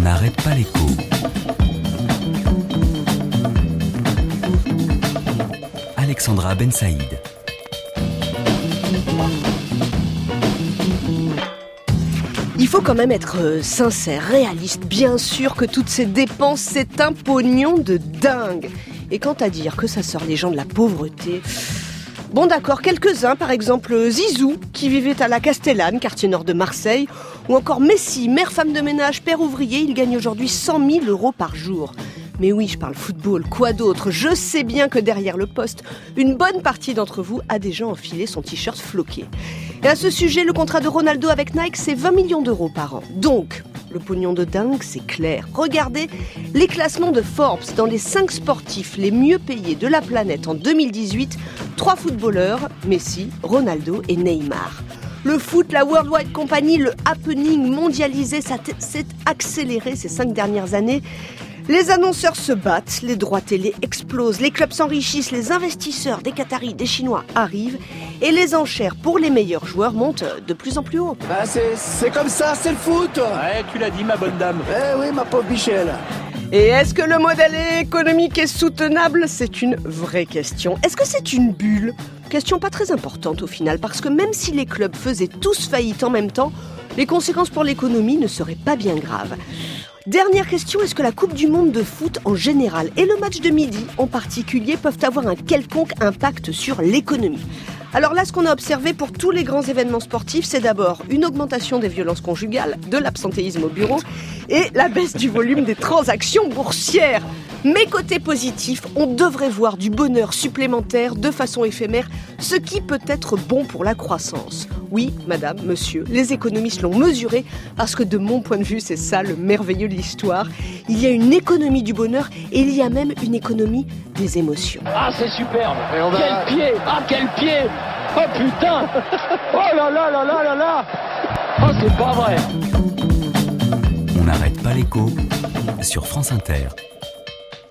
n'arrête pas l'écho. Alexandra Ben Saïd. Il faut quand même être sincère, réaliste. Bien sûr que toutes ces dépenses, c'est un pognon de dingue. Et quant à dire que ça sort les gens de la pauvreté... Bon d'accord, quelques-uns, par exemple Zizou, qui vivait à la Castellane, quartier nord de Marseille, ou encore Messi, mère femme de ménage, père ouvrier, il gagne aujourd'hui 100 000 € par jour. Mais oui, je parle football, quoi d'autre? Je sais bien que derrière le poste, une bonne partie d'entre vous a déjà enfilé son t-shirt floqué. Et à ce sujet, le contrat de Ronaldo avec Nike, c'est 20 millions d'euros par an. Donc, le pognon de dingue, c'est clair. Regardez les classements de Forbes dans les 5 sportifs les mieux payés de la planète en 2018. 3 footballeurs, Messi, Ronaldo et Neymar. Le foot, la Worldwide Company, le happening mondialisé, ça s'est accéléré ces 5 dernières années. Les annonceurs se battent, les droits télé explosent, les clubs s'enrichissent, les investisseurs, des Qataris, des Chinois arrivent et les enchères pour les meilleurs joueurs montent de plus en plus haut. Bah c'est comme ça, c'est le foot. Ouais, tu l'as dit ma bonne dame. Eh oui, ma pauvre Michel. Et est-ce que le modèle économique est soutenable? C'est une vraie question. Est-ce que c'est une bulle? Question pas très importante au final, parce que même si les clubs faisaient tous faillite en même temps, les conséquences pour l'économie ne seraient pas bien graves. Dernière question, est-ce que la Coupe du Monde de foot en général et le match de midi en particulier peuvent avoir un quelconque impact sur l'économie? Alors là, ce qu'on a observé pour tous les grands événements sportifs, c'est d'abord une augmentation des violences conjugales, de l'absentéisme au bureau et la baisse du volume des transactions boursières. Mais côté positif, on devrait voir du bonheur supplémentaire de façon éphémère, ce qui peut être bon pour la croissance. Oui, madame, monsieur, les économistes l'ont mesuré parce que de mon point de vue, c'est ça le merveilleux de l'histoire. Il y a une économie du bonheur et il y a même une économie des émotions. Ah, c'est superbe. Quel pied. Ah, quel pied. Oh putain. Oh là là là là là là. Oh, c'est pas vrai. On n'arrête pas l'écho sur France Inter.